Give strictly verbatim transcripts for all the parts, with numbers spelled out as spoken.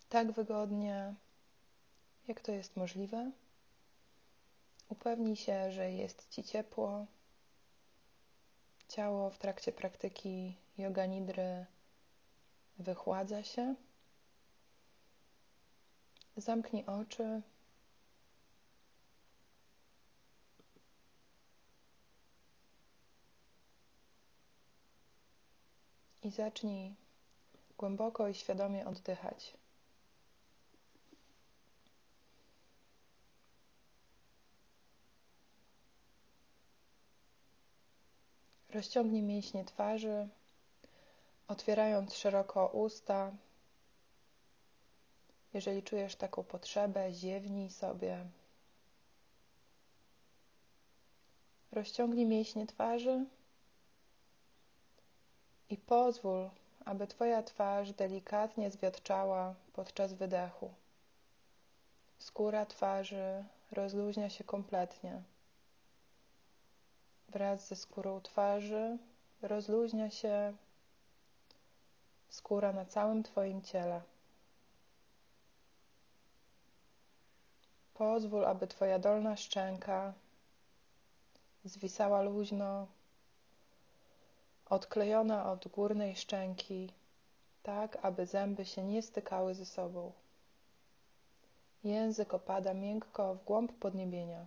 tak wygodnie, jak to jest możliwe. Upewnij się, że jest Ci ciepło. Ciało w trakcie praktyki yoga nidry wychładza się. Zamknij oczy. I zacznij głęboko i świadomie oddychać. Rozciągnij mięśnie twarzy, otwierając szeroko usta. Jeżeli czujesz taką potrzebę, ziewnij sobie. Rozciągnij mięśnie twarzy i pozwól, aby Twoja twarz delikatnie zwiotczała podczas wydechu. Skóra twarzy rozluźnia się kompletnie. Wraz ze skórą twarzy rozluźnia się skóra na całym Twoim ciele. Pozwól, aby Twoja dolna szczęka zwisała luźno, odklejona od górnej szczęki, tak aby zęby się nie stykały ze sobą. Język opada miękko w głąb podniebienia.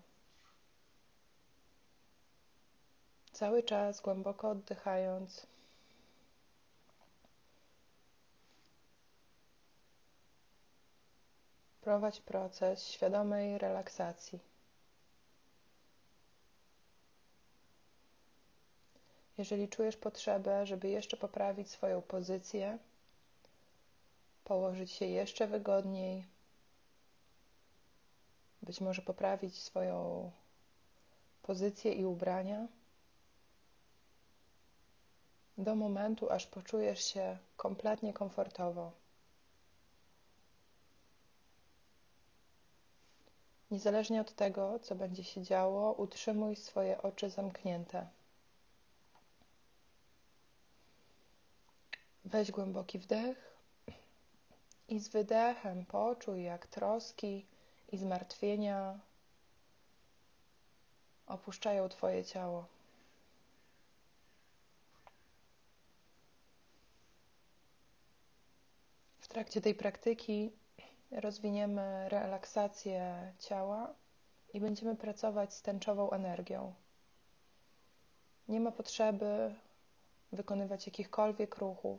Cały czas głęboko oddychając, prowadź proces świadomej relaksacji. Jeżeli czujesz potrzebę, żeby jeszcze poprawić swoją pozycję, położyć się jeszcze wygodniej, być może poprawić swoją pozycję i ubrania, do momentu, aż poczujesz się kompletnie komfortowo. Niezależnie od tego, co będzie się działo, utrzymuj swoje oczy zamknięte. Weź głęboki wdech i z wydechem poczuj, jak troski i zmartwienia opuszczają Twoje ciało. W trakcie tej praktyki rozwiniemy relaksację ciała i będziemy pracować z tęczową energią. Nie ma potrzeby wykonywać jakichkolwiek ruchów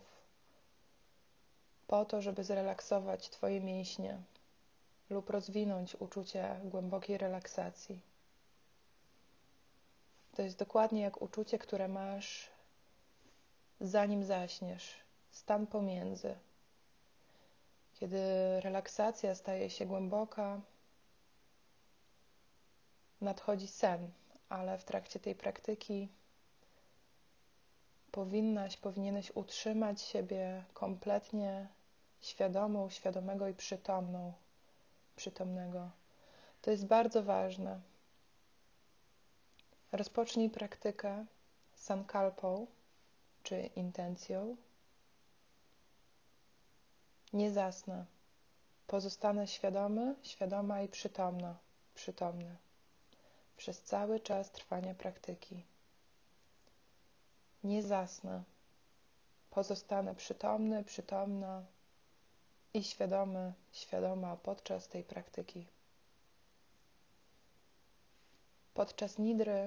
po to, żeby zrelaksować Twoje mięśnie lub rozwinąć uczucie głębokiej relaksacji. To jest dokładnie jak uczucie, które masz zanim zaśniesz, stan pomiędzy. Kiedy relaksacja staje się głęboka, nadchodzi sen, ale w trakcie tej praktyki powinnaś, powinieneś utrzymać siebie kompletnie świadomą, świadomego i przytomną, przytomnego. To jest bardzo ważne. Rozpocznij praktykę sankalpą, czy intencją. Nie zasnę. Pozostanę świadomy, świadoma i przytomna, przytomny przez cały czas trwania praktyki. Nie zasnę. Pozostanę przytomny, przytomna i świadomy, świadoma podczas tej praktyki. Podczas nidry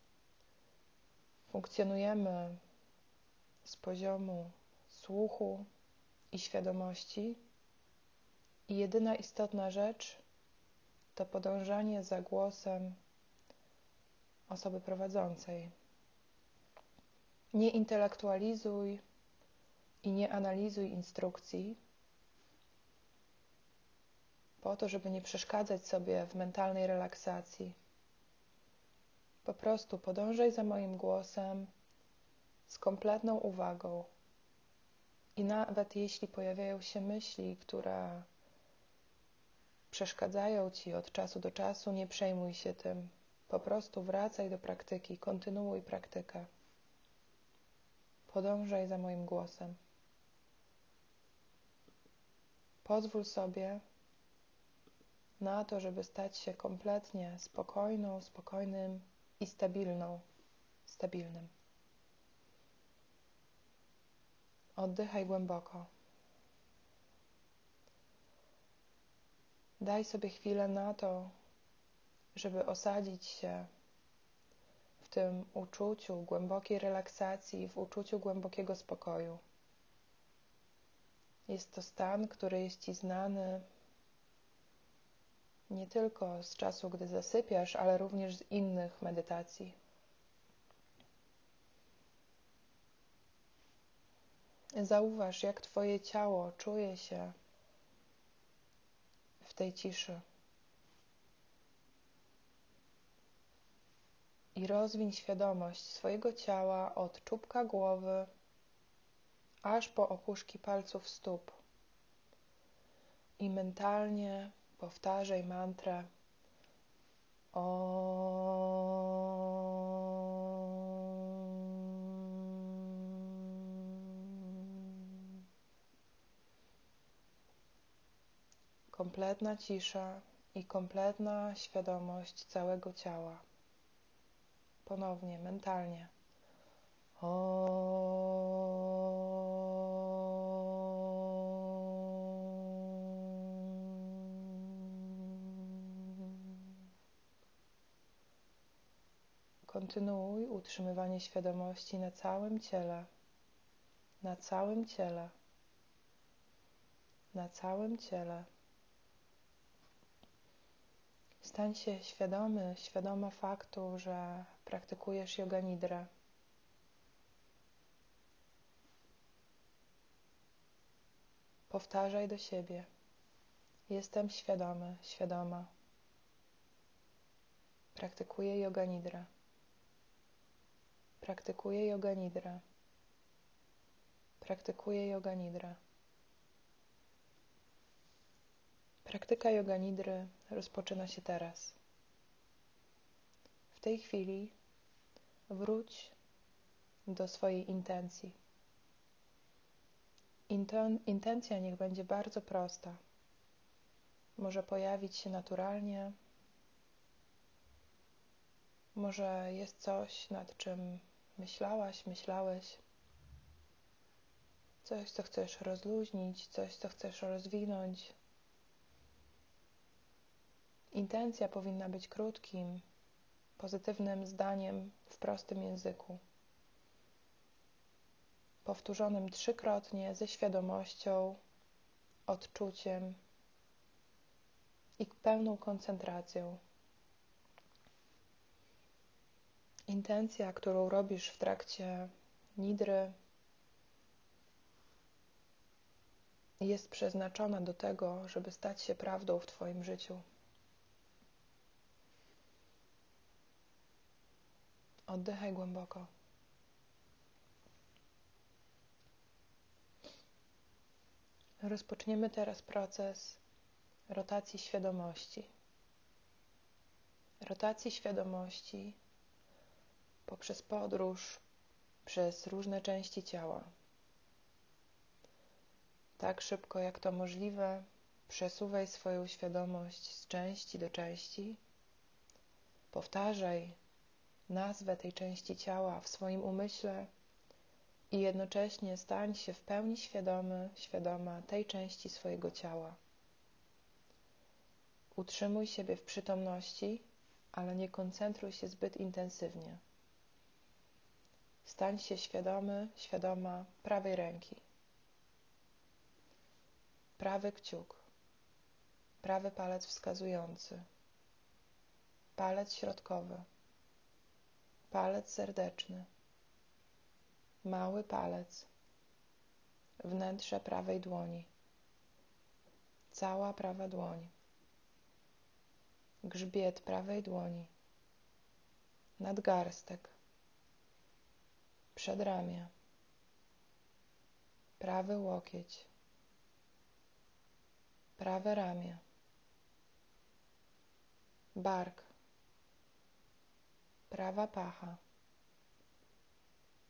funkcjonujemy z poziomu słuchu i świadomości i jedyna istotna rzecz to podążanie za głosem osoby prowadzącej. Nie intelektualizuj i nie analizuj instrukcji po to, żeby nie przeszkadzać sobie w mentalnej relaksacji. Po prostu podążaj za moim głosem z kompletną uwagą. I nawet jeśli pojawiają się myśli, które przeszkadzają Ci od czasu do czasu, nie przejmuj się tym. Po prostu wracaj do praktyki, kontynuuj praktykę. Podążaj za moim głosem. Pozwól sobie na to, żeby stać się kompletnie spokojną, spokojnym i stabilną, stabilnym. Oddychaj głęboko. Daj sobie chwilę na to, żeby osadzić się w tym uczuciu głębokiej relaksacji, w uczuciu głębokiego spokoju. Jest to stan, który jest Ci znany nie tylko z czasu, gdy zasypiasz, ale również z innych medytacji. Zauważ, jak Twoje ciało czuje się w tej ciszy. I rozwiń świadomość swojego ciała od czubka głowy aż po opuszki palców stóp. I mentalnie powtarzaj mantrę Om. Kompletna cisza i kompletna świadomość całego ciała. Ponownie, mentalnie. Kontynuuj utrzymywanie świadomości na całym ciele, na całym ciele, na całym ciele. Stań się świadomy, świadoma faktu, że praktykujesz yoga nidrę. Powtarzaj do siebie. Jestem świadomy, świadoma. Praktykuję yoga nidrę. Praktykuję yoga nidrę. Praktykuję yoga nidrę. Praktyka yoga nidry rozpoczyna się teraz. W tej chwili wróć do swojej intencji. Inten- intencja niech będzie bardzo prosta. Może pojawić się naturalnie. Może jest coś, nad czym myślałaś, myślałeś. Coś, co chcesz rozluźnić, coś, co chcesz rozwinąć. Intencja powinna być krótkim, pozytywnym zdaniem w prostym języku. Powtórzonym trzykrotnie ze świadomością, odczuciem i pełną koncentracją. Intencja, którą robisz w trakcie nidry, jest przeznaczona do tego, żeby stać się prawdą w Twoim życiu. Oddychaj głęboko. Rozpoczniemy teraz proces rotacji świadomości. Rotacji świadomości poprzez podróż przez różne części ciała. Tak szybko jak to możliwe, przesuwaj swoją świadomość z części do części. Powtarzaj nazwę tej części ciała w swoim umyśle i jednocześnie stań się w pełni świadomy, świadoma tej części swojego ciała. Utrzymuj siebie w przytomności, ale nie koncentruj się zbyt intensywnie. Stań się świadomy, świadoma prawej ręki. Prawy kciuk, prawy palec wskazujący, palec środkowy, palec serdeczny, mały palec, wnętrze prawej dłoni, cała prawa dłoń, grzbiet prawej dłoni, nadgarstek, przedramię, prawy łokieć, prawe ramię, bark, prawa pacha,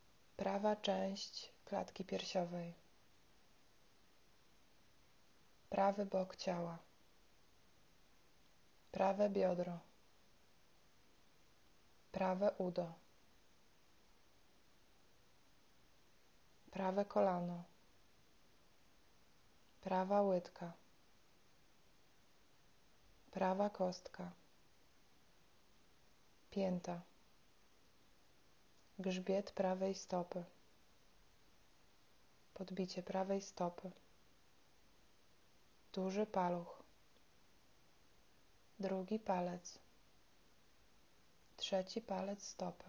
prawa część klatki piersiowej, prawy bok ciała, prawe biodro, prawe udo, prawe kolano, prawa łydka, prawa kostka, pięta, grzbiet prawej stopy, podbicie prawej stopy, duży paluch, drugi palec, trzeci palec stopy,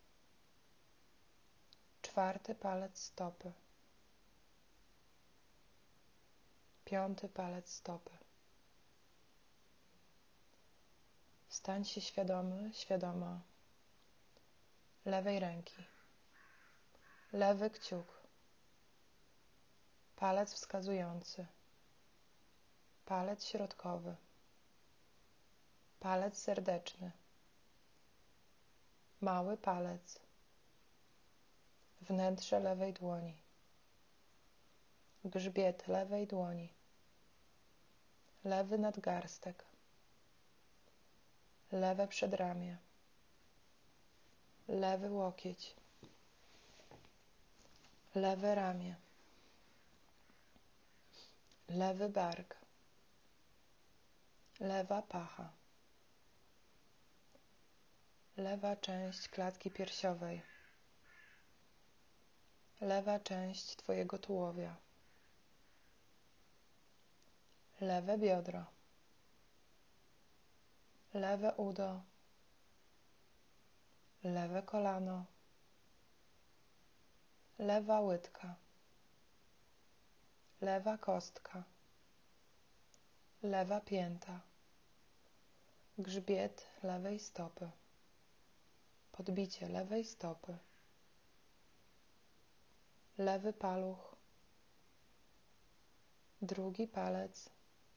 czwarty palec stopy, piąty palec stopy. Stań się świadomy, świadoma lewej ręki, lewy kciuk, palec wskazujący, palec środkowy, palec serdeczny, mały palec, wnętrze lewej dłoni, grzbiet lewej dłoni, lewy nadgarstek, lewe przedramię, lewy łokieć, lewe ramię, lewy bark, lewa pacha, lewa część klatki piersiowej, lewa część twojego tułowia, lewe biodro, lewe udo, lewe kolano, lewa łydka, lewa kostka, lewa pięta, grzbiet lewej stopy, podbicie lewej stopy, lewy paluch, drugi palec,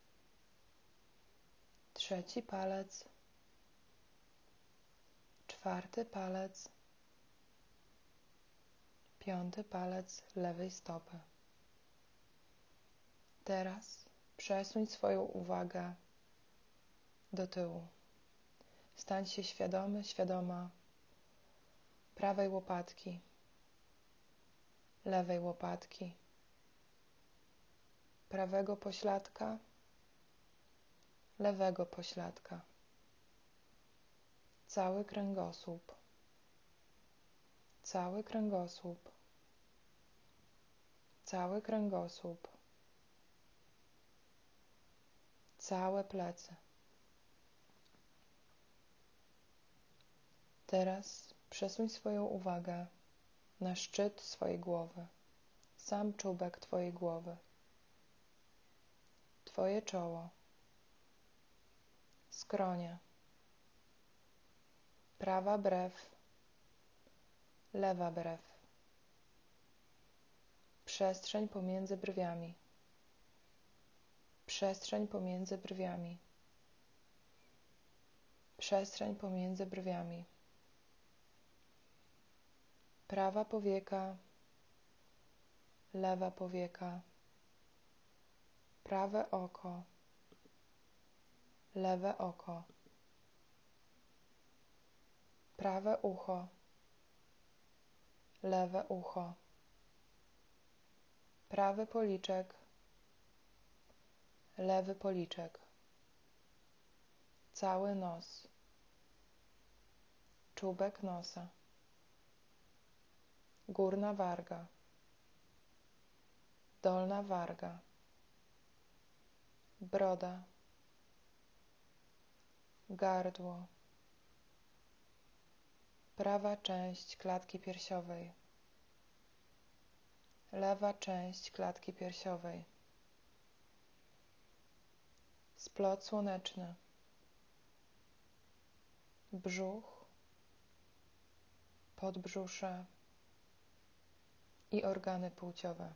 trzeci palec, czwarty palec, piąty palec lewej stopy. Teraz przesuń swoją uwagę do tyłu. Stań się świadomy, świadoma prawej łopatki, lewej łopatki, prawego pośladka, lewego pośladka, cały kręgosłup, cały kręgosłup, cały kręgosłup, całe plecy. Teraz przesuń swoją uwagę na szczyt swojej głowy, sam czubek twojej głowy, twoje czoło, skronie, prawa brew, lewa brew, przestrzeń pomiędzy brwiami, przestrzeń pomiędzy brwiami, przestrzeń pomiędzy brwiami, prawa powieka, lewa powieka, prawe oko, lewe oko, prawe ucho, lewe ucho, prawy policzek, lewy policzek, cały nos, czubek nosa, górna warga, dolna warga, broda, gardło, prawa część klatki piersiowej, lewa część klatki piersiowej, splot słoneczny, brzuch, podbrzusze i organy płciowe.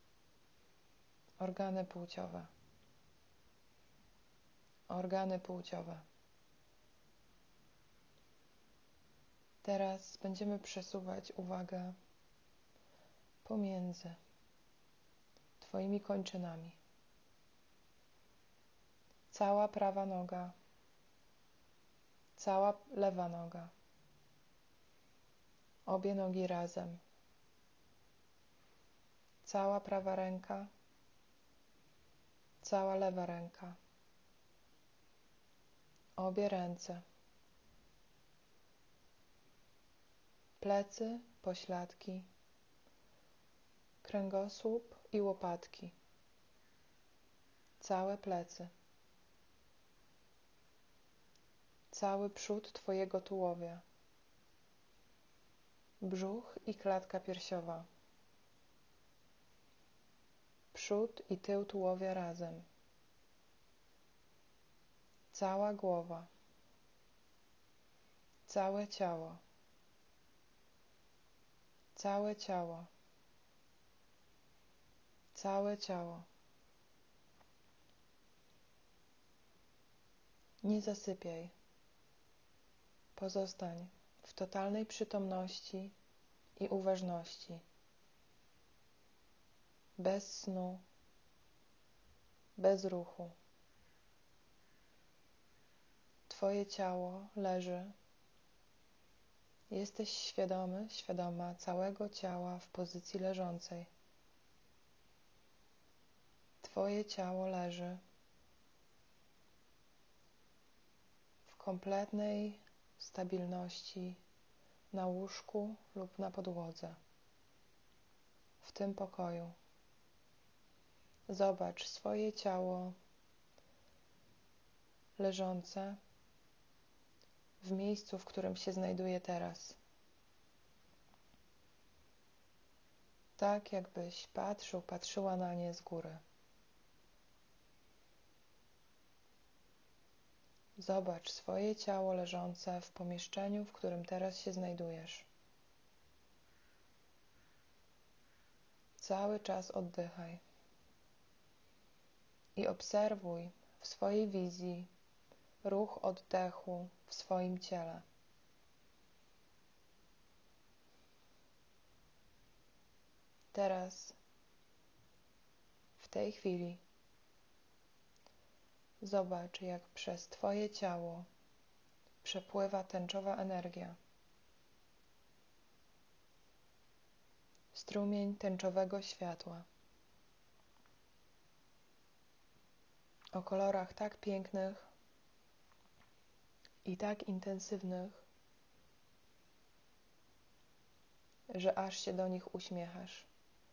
Organy płciowe. Organy płciowe. Teraz będziemy przesuwać uwagę pomiędzy twoimi kończynami. cała prawa noga, cała lewa noga, obie nogi razem, cała prawa ręka, cała lewa ręka, obie ręce, plecy, pośladki, kręgosłup i łopatki, całe plecy, cały przód Twojego tułowia, brzuch i klatka piersiowa, przód i tył tułowia razem, cała głowa, całe ciało, całe ciało, całe ciało. Nie zasypiaj. Pozostań w totalnej przytomności i uważności, bez snu, bez ruchu. Twoje ciało leży. Jesteś świadomy, świadoma całego ciała w pozycji leżącej. Twoje ciało leży w kompletnej stabilności na łóżku lub na podłodze, w tym pokoju. Zobacz swoje ciało leżące w miejscu, w którym się znajduje teraz. Tak jakbyś patrzył, patrzyła na nie z góry. Zobacz swoje ciało leżące w pomieszczeniu, w którym teraz się znajdujesz. Cały czas oddychaj i obserwuj w swojej wizji ruch oddechu w swoim ciele. Teraz, w tej chwili, zobacz, jak przez Twoje ciało przepływa tęczowa energia. Strumień tęczowego światła. O kolorach tak pięknych i tak intensywnych, że aż się do nich uśmiechasz.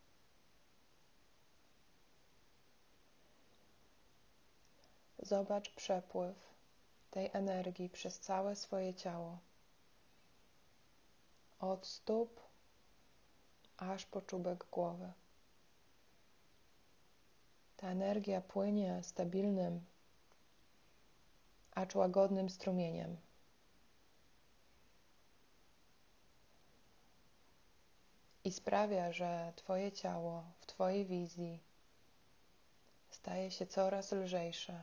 Zobacz przepływ tej energii przez całe swoje ciało. Od stóp aż po czubek głowy. Ta energia płynie stabilnym, acz łagodnym strumieniem. I sprawia, że Twoje ciało w Twojej wizji staje się coraz lżejsze.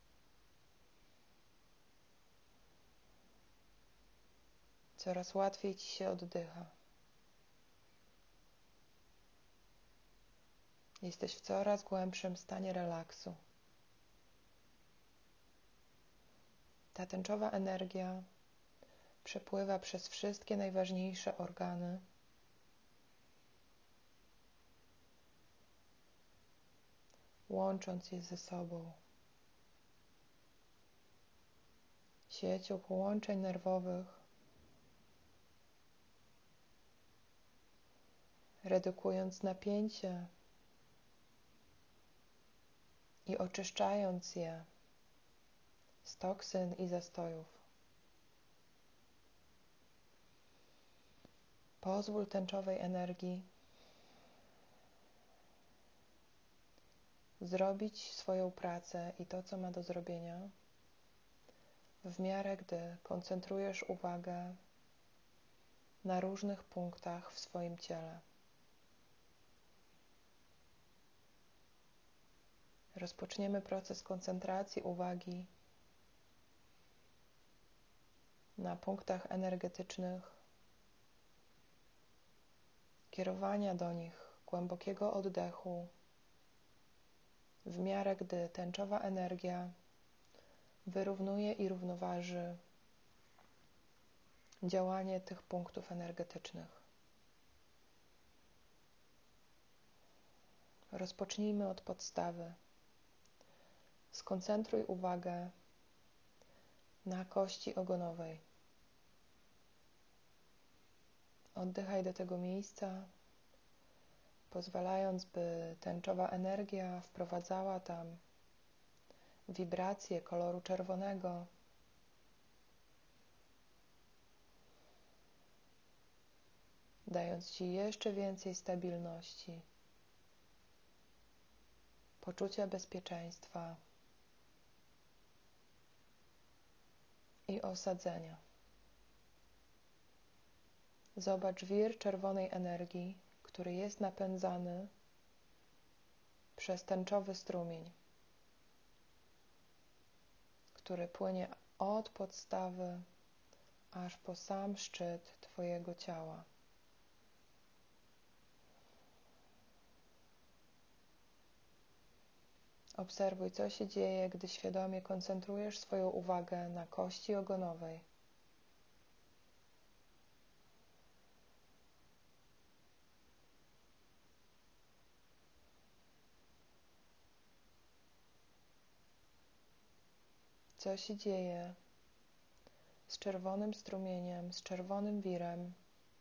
Coraz łatwiej Ci się oddycha. Jesteś w coraz głębszym stanie relaksu. Ta tęczowa energia przepływa przez wszystkie najważniejsze organy, łącząc je ze sobą. Siecią połączeń nerwowych, redukując napięcie i oczyszczając je z toksyn i zastojów. Pozwól tęczowej energii zrobić swoją pracę i to, co ma do zrobienia, w miarę gdy koncentrujesz uwagę na różnych punktach w swoim ciele. Rozpoczniemy proces koncentracji uwagi na punktach energetycznych, kierowania do nich głębokiego oddechu, w miarę gdy tęczowa energia wyrównuje i równoważy działanie tych punktów energetycznych. Rozpocznijmy od podstawy. Skoncentruj uwagę na kości ogonowej. Oddychaj do tego miejsca, pozwalając, by tęczowa energia wprowadzała tam wibracje koloru czerwonego, dając Ci jeszcze więcej stabilności, poczucia bezpieczeństwa i osadzenia. Zobacz wir czerwonej energii, który jest napędzany przez tęczowy strumień, który płynie od podstawy aż po sam szczyt Twojego ciała. Obserwuj, co się dzieje, gdy świadomie koncentrujesz swoją uwagę na kości ogonowej. Co się dzieje z czerwonym strumieniem, z czerwonym wirem,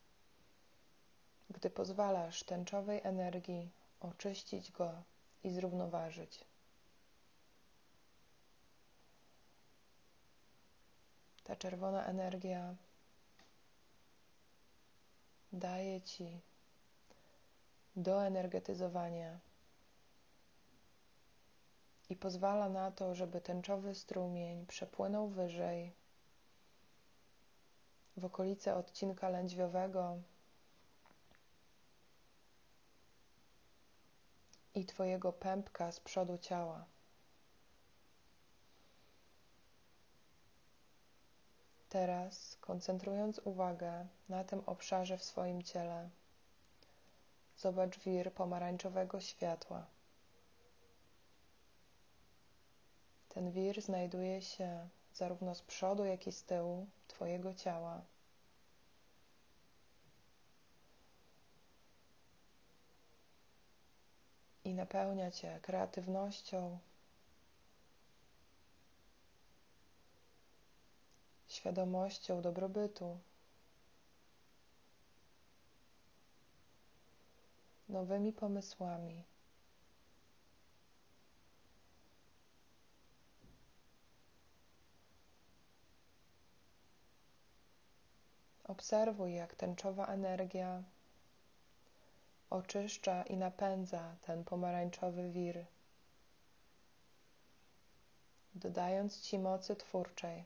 gdy pozwalasz tęczowej energii oczyścić go i zrównoważyć. Ta czerwona energia daje Ci doenergetyzowanie i pozwala na to, żeby tęczowy strumień przepłynął wyżej w okolice odcinka lędźwiowego i Twojego pępka z przodu ciała. Teraz, koncentrując uwagę na tym obszarze w swoim ciele, zobacz wir pomarańczowego światła. Ten wir znajduje się zarówno z przodu, jak i z tyłu Twojego ciała. I napełnia Cię kreatywnością, świadomością dobrobytu, nowymi pomysłami. Obserwuj, jak tęczowa energia oczyszcza i napędza ten pomarańczowy wir, dodając Ci mocy twórczej,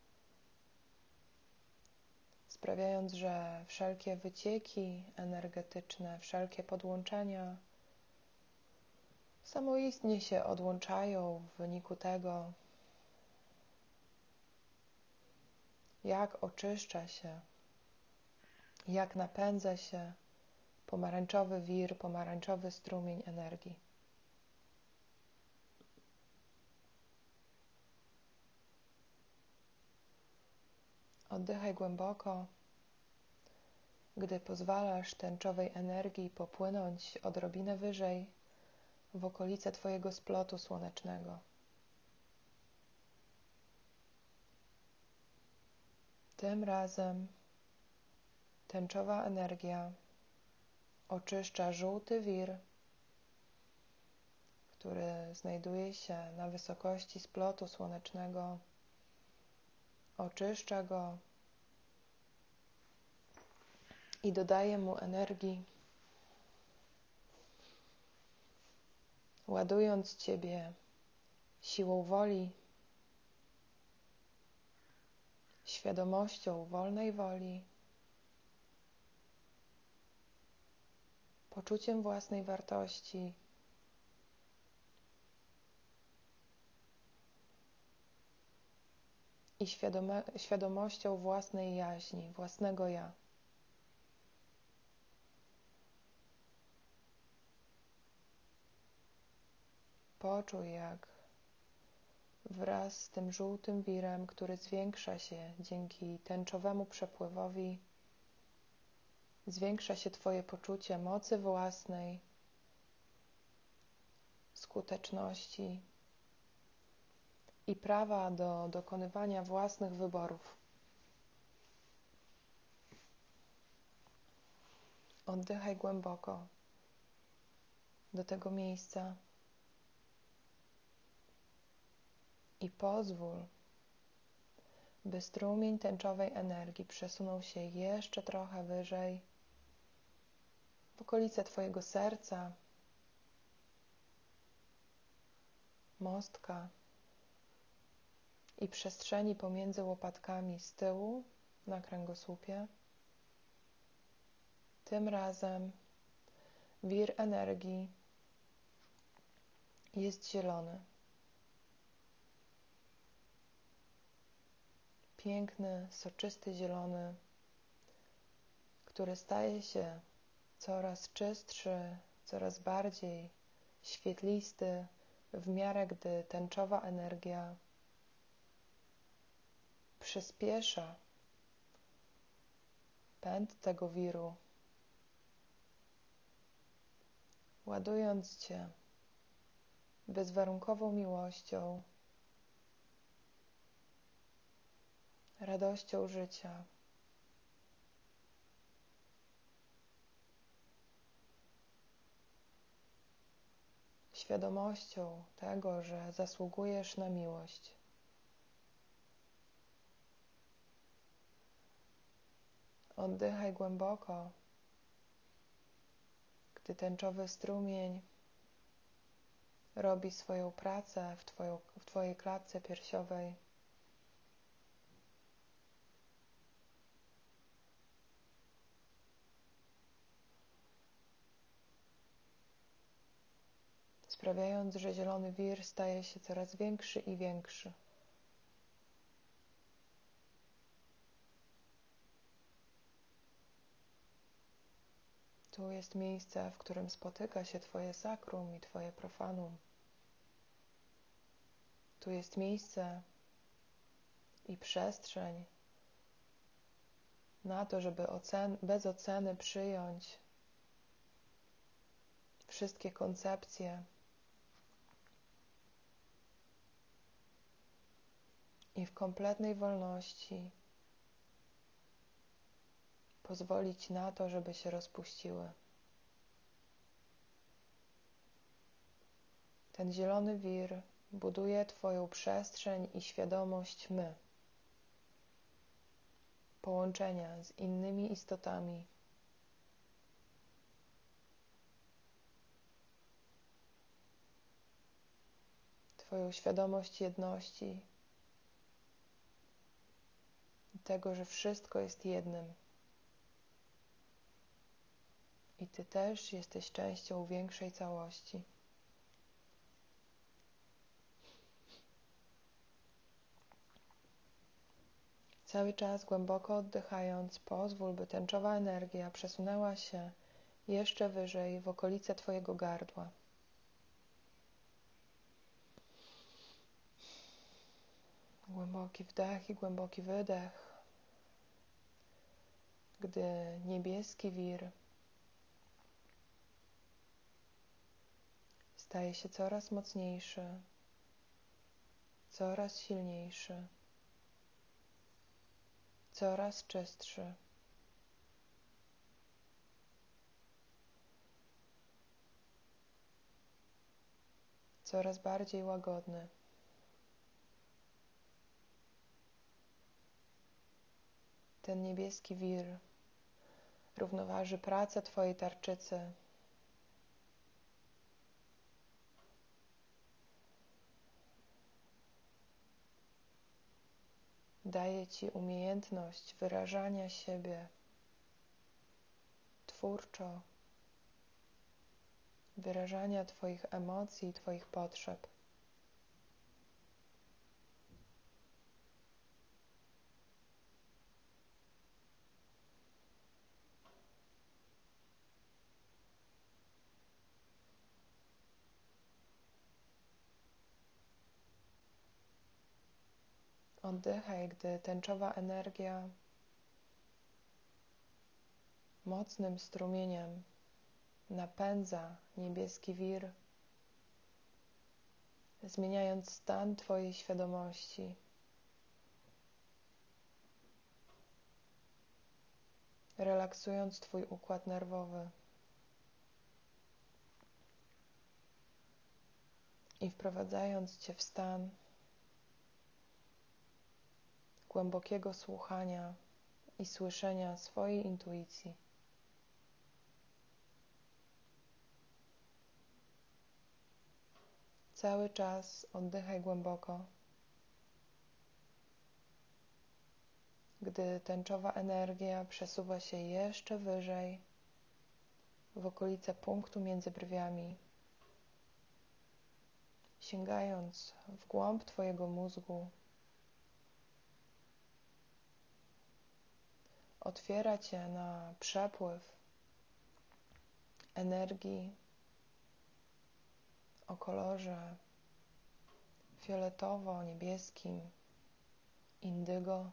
sprawiając, że wszelkie wycieki energetyczne, wszelkie podłączenia samoistnie się odłączają w wyniku tego, jak oczyszcza się, jak napędza się pomarańczowy wir, pomarańczowy strumień energii. Oddychaj głęboko, gdy pozwalasz tęczowej energii popłynąć odrobinę wyżej w okolice Twojego splotu słonecznego. Tym razem tęczowa energia oczyszcza żółty wir, który znajduje się na wysokości splotu słonecznego. Oczyszcza go i dodaje mu energii, ładując Ciebie siłą woli, świadomością wolnej woli, poczuciem własnej wartości, i świadome, świadomością własnej jaźni, własnego ja. Poczuj, jak wraz z tym żółtym wirem, który zwiększa się dzięki tęczowemu przepływowi, zwiększa się Twoje poczucie mocy własnej, skuteczności i prawa do dokonywania własnych wyborów. Oddychaj głęboko do tego miejsca i pozwól, by strumień tęczowej energii przesunął się jeszcze trochę wyżej, w okolice Twojego serca, mostka i przestrzeni pomiędzy łopatkami z tyłu na kręgosłupie. Tym razem wir energii jest zielony. Piękny, soczysty zielony, który staje się coraz czystszy, coraz bardziej świetlisty, w miarę gdy tęczowa energia przyspiesza pęd tego wiru, ładując Cię bezwarunkową miłością, radością życia, świadomością tego, że zasługujesz na miłość. Oddychaj głęboko, gdy tęczowy strumień robi swoją pracę w, twoją, w Twojej klatce piersiowej. Sprawiając, że zielony wir staje się coraz większy i większy. Tu jest miejsce, w którym spotyka się Twoje sakrum i Twoje profanum. Tu jest miejsce i przestrzeń na to, żeby ocen- bez oceny przyjąć wszystkie koncepcje i w kompletnej wolności pozwolić na to, żeby się rozpuściły. Ten zielony wir buduje Twoją przestrzeń i świadomość my, połączenia z innymi istotami, Twoją świadomość jedności i tego, że wszystko jest jednym. I Ty też jesteś częścią większej całości. Cały czas głęboko oddychając, pozwól, by tęczowa energia przesunęła się jeszcze wyżej w okolice Twojego gardła. Głęboki wdech i głęboki wydech. Gdy niebieski wir staje się coraz mocniejszy, coraz silniejszy, coraz czystszy. Coraz bardziej łagodny. Ten niebieski wir równoważy pracę Twojej tarczycy, daje Ci umiejętność wyrażania siebie twórczo, wyrażania Twoich emocji, Twoich potrzeb. Oddychaj, gdy tęczowa energia mocnym strumieniem napędza niebieski wir, zmieniając stan Twojej świadomości, relaksując Twój układ nerwowy i wprowadzając Cię w stan głębokiego słuchania i słyszenia swojej intuicji. Cały czas oddychaj głęboko, gdy tęczowa energia przesuwa się jeszcze wyżej w okolice punktu między brwiami, sięgając w głąb Twojego mózgu, otwiera Cię na przepływ energii o kolorze fioletowo-niebieskim, indygo.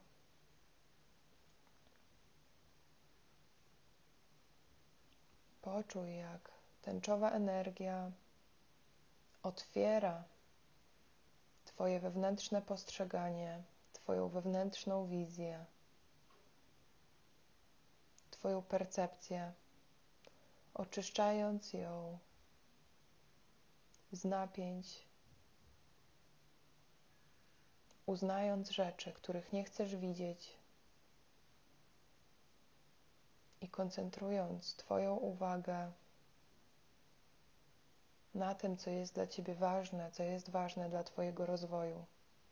Poczuj, jak tęczowa energia otwiera Twoje wewnętrzne postrzeganie, Twoją wewnętrzną wizję, Twoją percepcję, oczyszczając ją z napięć, uznając rzeczy, których nie chcesz widzieć i koncentrując Twoją uwagę na tym, co jest dla Ciebie ważne, co jest ważne dla Twojego rozwoju.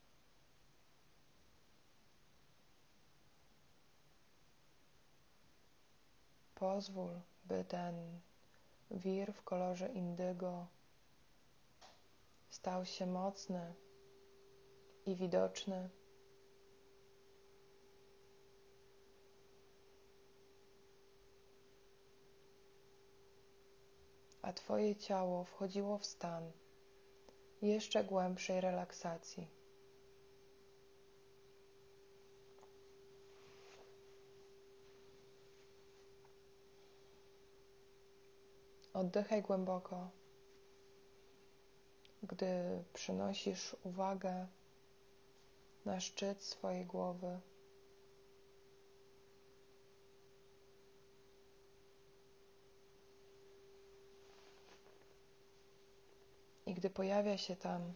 Pozwól, by ten wir w kolorze indygo stał się mocny i widoczny. A Twoje ciało wchodziło w stan jeszcze głębszej relaksacji. Oddychaj głęboko, gdy przynosisz uwagę na szczyt swojej głowy. I gdy pojawia się tam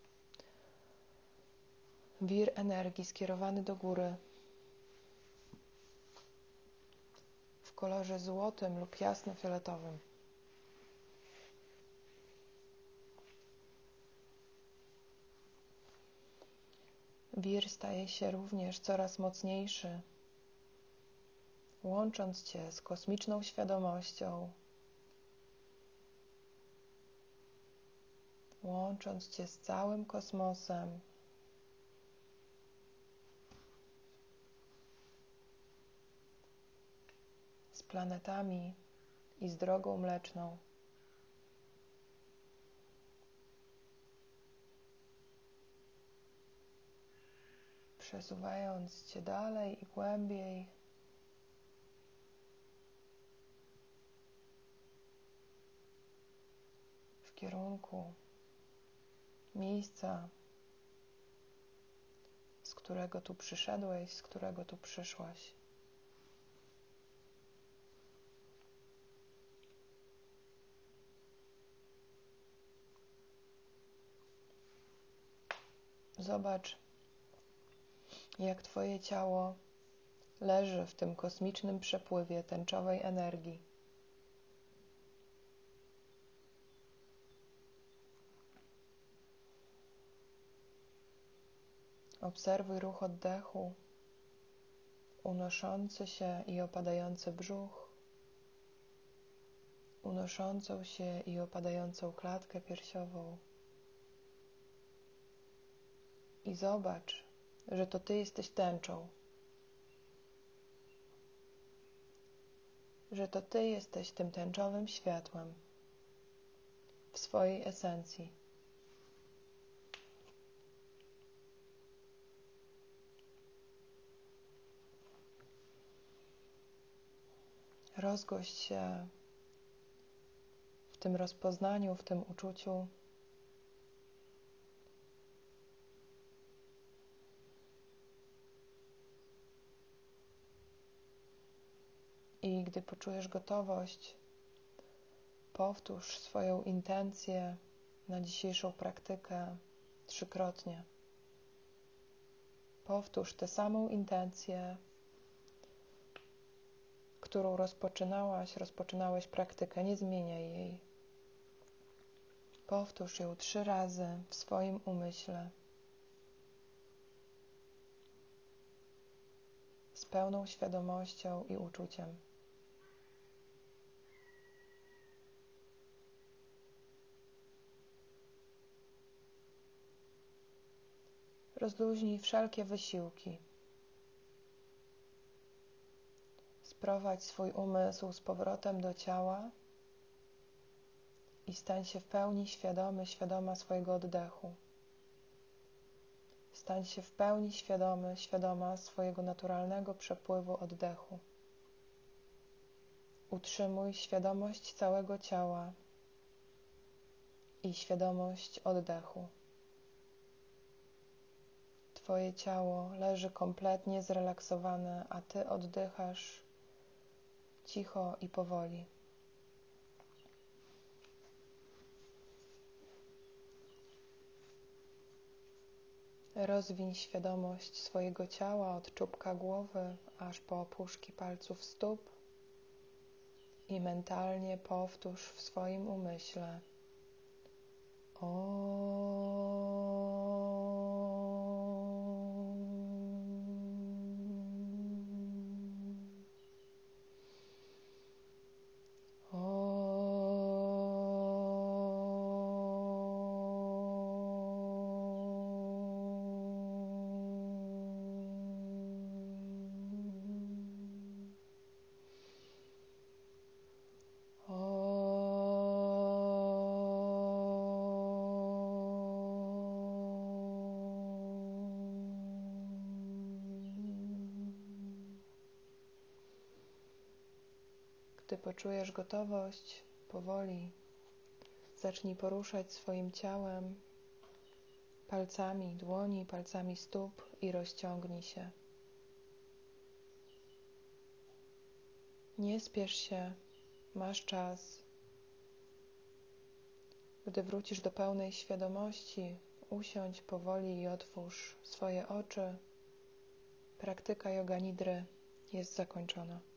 wir energii skierowany do góry w kolorze złotym lub jasno-fioletowym, wir staje się również coraz mocniejszy, łącząc Cię z kosmiczną świadomością, łącząc Cię z całym kosmosem, z planetami i z drogą mleczną. Przesuwając Cię dalej i głębiej w kierunku miejsca, z którego tu przyszedłeś, z którego tu przyszłaś. Zobacz, jak Twoje ciało leży w tym kosmicznym przepływie tęczowej energii. Obserwuj ruch oddechu, unoszący się i opadający brzuch, unoszącą się i opadającą klatkę piersiową. I zobacz, że to Ty jesteś tęczą, że to Ty jesteś tym tęczowym światłem w swojej esencji. rozgość się w tym rozpoznaniu, w tym uczuciu. I gdy poczujesz gotowość, powtórz swoją intencję na dzisiejszą praktykę trzykrotnie. Powtórz tę samą intencję, którą rozpoczynałaś, rozpoczynałeś praktykę, nie zmieniaj jej. Powtórz ją trzy razy w swoim umyśle z pełną świadomością i uczuciem. Rozluźnij wszelkie wysiłki. Sprowadź swój umysł z powrotem do ciała i stań się w pełni świadomy, świadoma swojego oddechu. Stań się w pełni świadomy, świadoma swojego naturalnego przepływu oddechu. Utrzymuj świadomość całego ciała i świadomość oddechu. Twoje ciało leży kompletnie zrelaksowane, a Ty oddychasz cicho i powoli. Rozwiń świadomość swojego ciała od czubka głowy aż po opuszki palców stóp i mentalnie powtórz w swoim umyśle Gdy poczujesz gotowość, powoli zacznij poruszać swoim ciałem, palcami dłoni, palcami stóp i rozciągnij się. Nie spiesz się, masz czas. Gdy wrócisz do pełnej świadomości, usiądź powoli i otwórz swoje oczy. Praktyka Yoga Nidry jest zakończona.